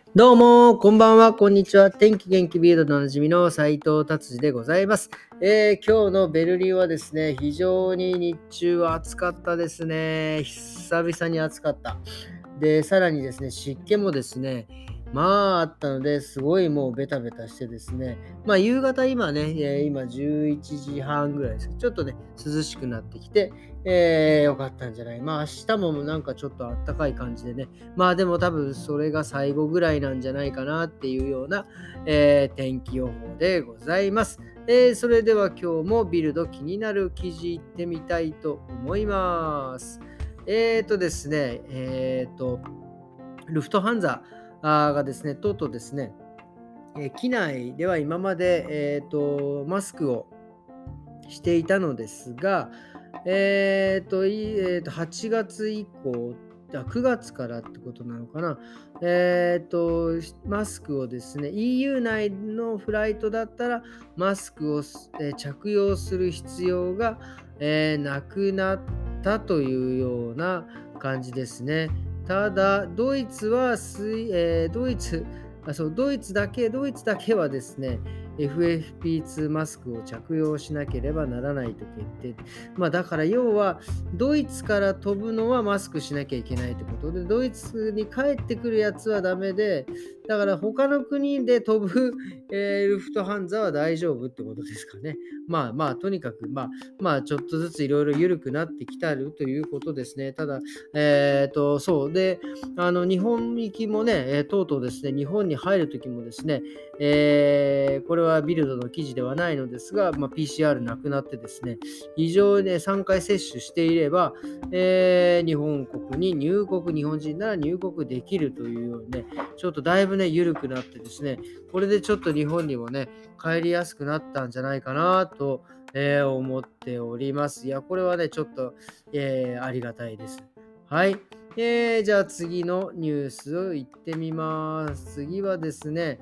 どうも、こんばんは、こんにちは。天気元気ビルドでおなじみの斉藤達治でございます。今日のベルリンはですね、非常に日中は暑かったですね。久々に暑かった。で、さらにですね、湿気もですね、あったので、すごいもうベタベタしてですね、夕方今ね、今11時半ぐらいですけど、ちょっとね、涼しくなってきて、よかったんじゃない。明日もなんかちょっとあったかい感じでね、でも多分それが最後ぐらいなんじゃないかなっていうような、天気予報でございます。それでは今日もビルド気になる記事いってみたいと思います。ですね、ルフトハンザがですね、とうとうですね、機内では今まで、マスクをしていたのですが、8月以降、9月からってことなのかな。マスクをですね、EU 内のフライトだったら、マスクを着用する必要が、なくなったというような感じですね。ただ、ドイツはドイツだけはですね、FFP2 マスクを着用しなければならないと決定。だから要は、ドイツから飛ぶのはマスクしなきゃいけないってことで、ドイツに帰ってくるやつはダメで、だから他の国で飛ぶ、ルフトハンザは大丈夫ってことですかね。とにかく、ちょっとずついろいろ緩くなってきたるということですね。ただ、そうで、日本行きもね、とうとうですね、日本に入るときもですね、これはビルドの記事ではないのですが、PCR なくなってですね、非常に3回接種していれば、日本国に日本人なら入国できるというようにね、ちょっとだいぶね、緩くなってですね、これでちょっと日本にもね、帰りやすくなったんじゃないかなと、思っております。いや、これはね、ちょっと、ありがたいです。はい。じゃあ次のニュースを言ってみます。次はですね、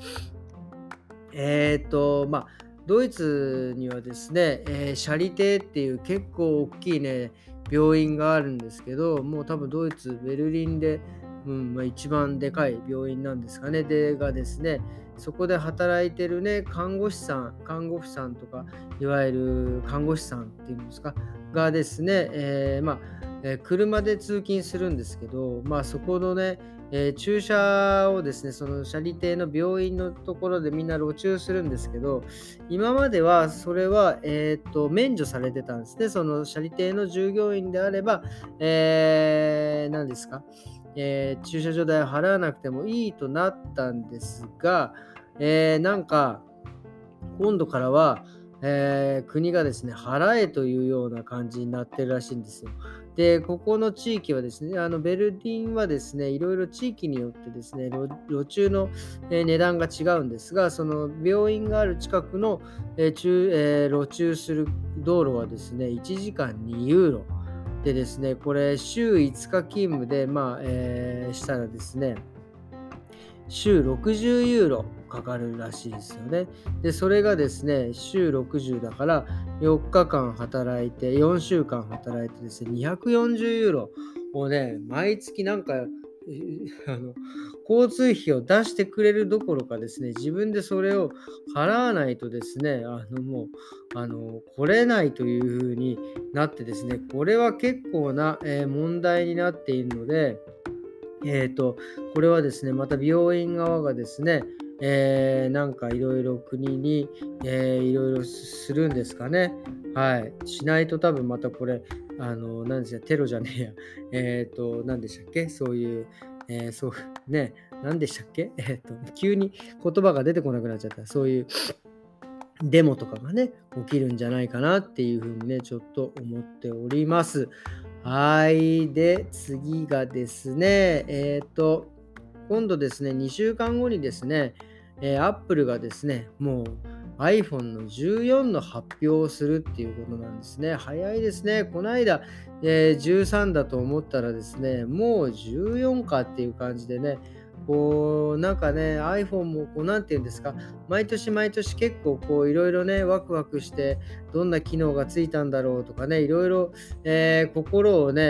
ドイツにはですね、シャリテっていう結構大きいね、病院があるんですけど、もう多分ドイツ、ベルリンで、一番でかい病院なんですかね。がですね、そこで働いてるね、看護婦さんとか、いわゆる看護師さんっていうんですか、がですね、車で通勤するんですけど、そこのね、注射をですね、そのシャリテの病院のところでみんな路駐するんですけど、今まではそれは、免除されてたんですね。そのシャリテの従業員であれば、何ですか、駐車場代を払わなくてもいいとなったんですが、なんか、今度からは、国がですね、払えというような感じになってるらしいんですよ。で、ここの地域はですね、ベルリンはですね、いろいろ地域によってですね、路中の、値段が違うんですが、その病院がある近くの、路中する道路はですね、1時間2ユーロ。でですね、これ週5日勤務で、したらですね、週60ユーロかかるらしいですよね。で、それがですね、週60だから4日間働いて、4週間働いてですね、240ユーロをね、毎月なんか、あの、交通費を出してくれるどころかですね、自分でそれを払わないとですね、もう、来れないという風になってですね、これは結構な、問題になっているので、これはですね、また病院側がですね、なんかいろいろ国に、いろいろするんですかね。はい。しないと多分またこれ、なんですよ、テロじゃねえや。何でしたっけそういう、そう、ね、何でしたっけ急に言葉が出てこなくなっちゃった。そういうデモとかがね、起きるんじゃないかなっていうふうにね、ちょっと思っております。はい。で、次がですね、今度ですね、2週間後にですね、Apple がですね、もう iPhone の14の発表をするっていうことなんですね。早いですね。この間、13だと思ったらですね、もう14かっていう感じでね、こう、なんかね、iPhone もこう、なんていうんですか、毎年毎年結構こういろいろね、ワクワクして、どんな機能がついたんだろうとかね、いろいろ、心をね、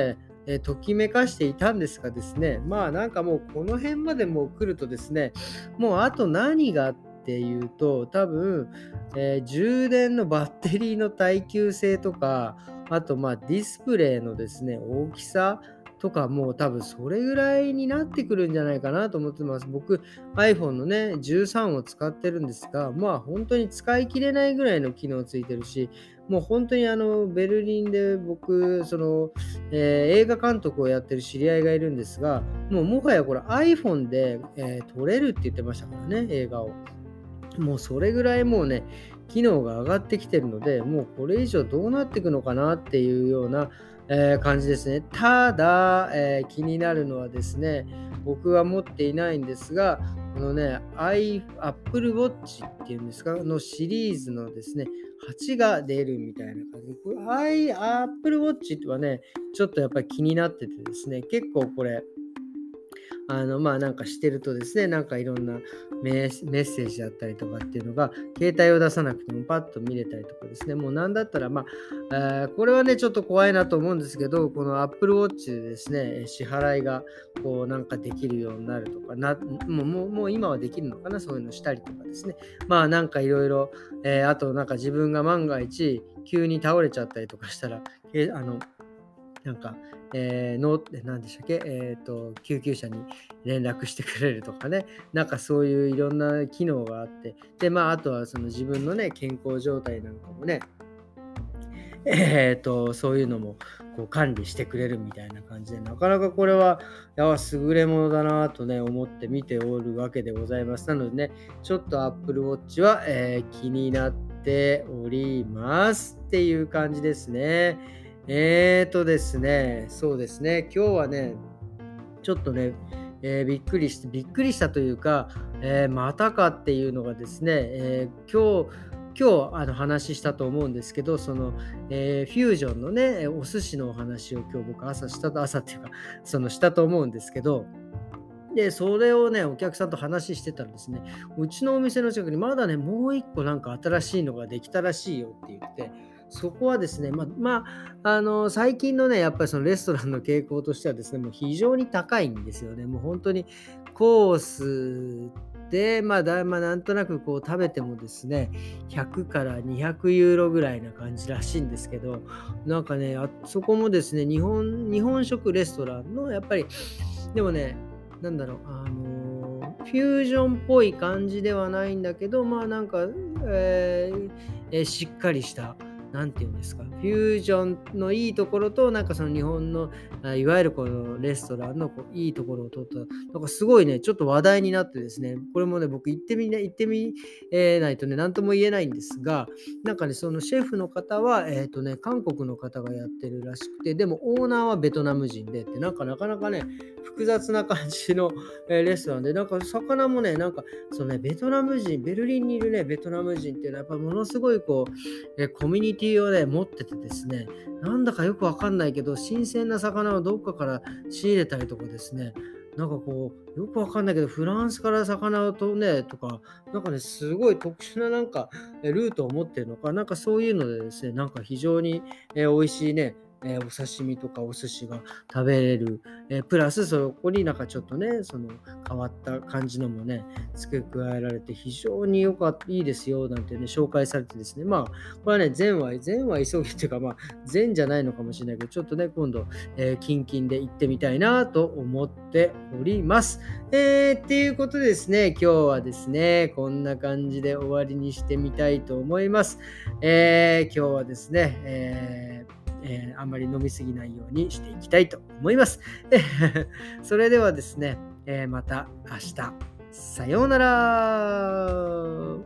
ときめかしていたんですがですね、なんかもうこの辺までもう来るとですね、もうあと何がっていうと、多分、充電のバッテリーの耐久性とか、あとディスプレイのですね、大きさとかもう多分それぐらいになってくるんじゃないかなと思ってます。僕、iPhone のね、13を使ってるんですが、本当に使い切れないぐらいの機能ついてるし、もう本当にベルリンで僕、映画監督をやってる知り合いがいるんですが、もはやこれ iPhone で、撮れるって言ってましたからね、映画を。もうそれぐらいもうね、機能が上がってきてるので、もうこれ以上どうなっていくのかなっていうような、感じですね。ただ、気になるのはですね、僕は持っていないんですが、このね、Apple Watch っていうんですか、のシリーズのですね、8が出るみたいな感じで、これApple Watch はね、ちょっとやっぱり気になっててですね、結構これ、なんかしてるとですね、なんかいろんなメッセージだったりとかっていうのが、携帯を出さなくてもパッと見れたりとかですね、もうなんだったら、これはね、ちょっと怖いなと思うんですけど、この Apple Watch でですね、支払いがこうなんかできるようになるとか、もう今はできるのかな、そういうのしたりとかですね。なんかいろいろ、あとなんか自分が万が一、急に倒れちゃったりとかしたら、なんか、何でしたっけ、救急車に連絡してくれるとかね、なんかそういういろんな機能があって、で、あとはその自分のね、健康状態なんかもね、そういうのもこう管理してくれるみたいな感じで、なかなかこれは、優れものだなとね、思って見ておるわけでございます。なのでね、ちょっと Apple Watch は、気になっておりますっていう感じですね。ですね、そうですね、今日はね、ちょっとね、びっくりしたというか、またかっていうのがですね、今日話したと思うんですけど、フュージョンのね、お寿司のお話を今日僕朝っていうか、したと思うんですけど、で、それをね、お客さんと話してたらですね、うちのお店の近くにまだね、もう一個なんか新しいのができたらしいよって言って、そこはですね、最近のね、やっぱりそのレストランの傾向としてはですね、もう非常に高いんですよね。もう本当にコースで、なんとなくこう食べてもですね、100から200ユーロぐらいな感じらしいんですけど、なんかね、そこもですね、日本食レストランのやっぱり、でもね、なんだろう、フュージョンっぽい感じではないんだけど、なんか、しっかりした、なんていうんですか、フュージョンのいいところと、なんかその日本の、いわゆるこのレストランのこういいところを取った、なんかすごいね、ちょっと話題になってですね、これもね、僕行ってみないとね、なんとも言えないんですが、なんかね、そのシェフの方は、韓国の方がやってるらしくて、でもオーナーはベトナム人でって、なんかなかなかね、複雑な感じの、レストランで、なんか魚もね、なんか、ベトナム人、ベルリンにいるね、ベトナム人っていうのはやっぱものすごいこう、コミュニティをね、持っててですね、なんだかよくわかんないけど、新鮮な魚をどっかから仕入れたりとかですね、なんかこう、よくわかんないけど、フランスから魚とね、とか、なんかね、すごい特殊ななんか、ルートを持ってるのか、なんかそういうのでですね、なんか非常に、美味しいね、お刺身とかお寿司が食べれる、プラスそこになんかちょっとね、変わった感じのもね、付け加えられて非常にいいですよなんてね、紹介されてですね、これはね、善は急ぎっていうか、善じゃないのかもしれないけど、ちょっとね、今度、近々で行ってみたいなと思っております。っていうことでですね、今日はですね、こんな感じで終わりにしてみたいと思います。今日はですね、あんまり飲みすぎないようにしていきたいと思います。それではですね、また明日。さようなら。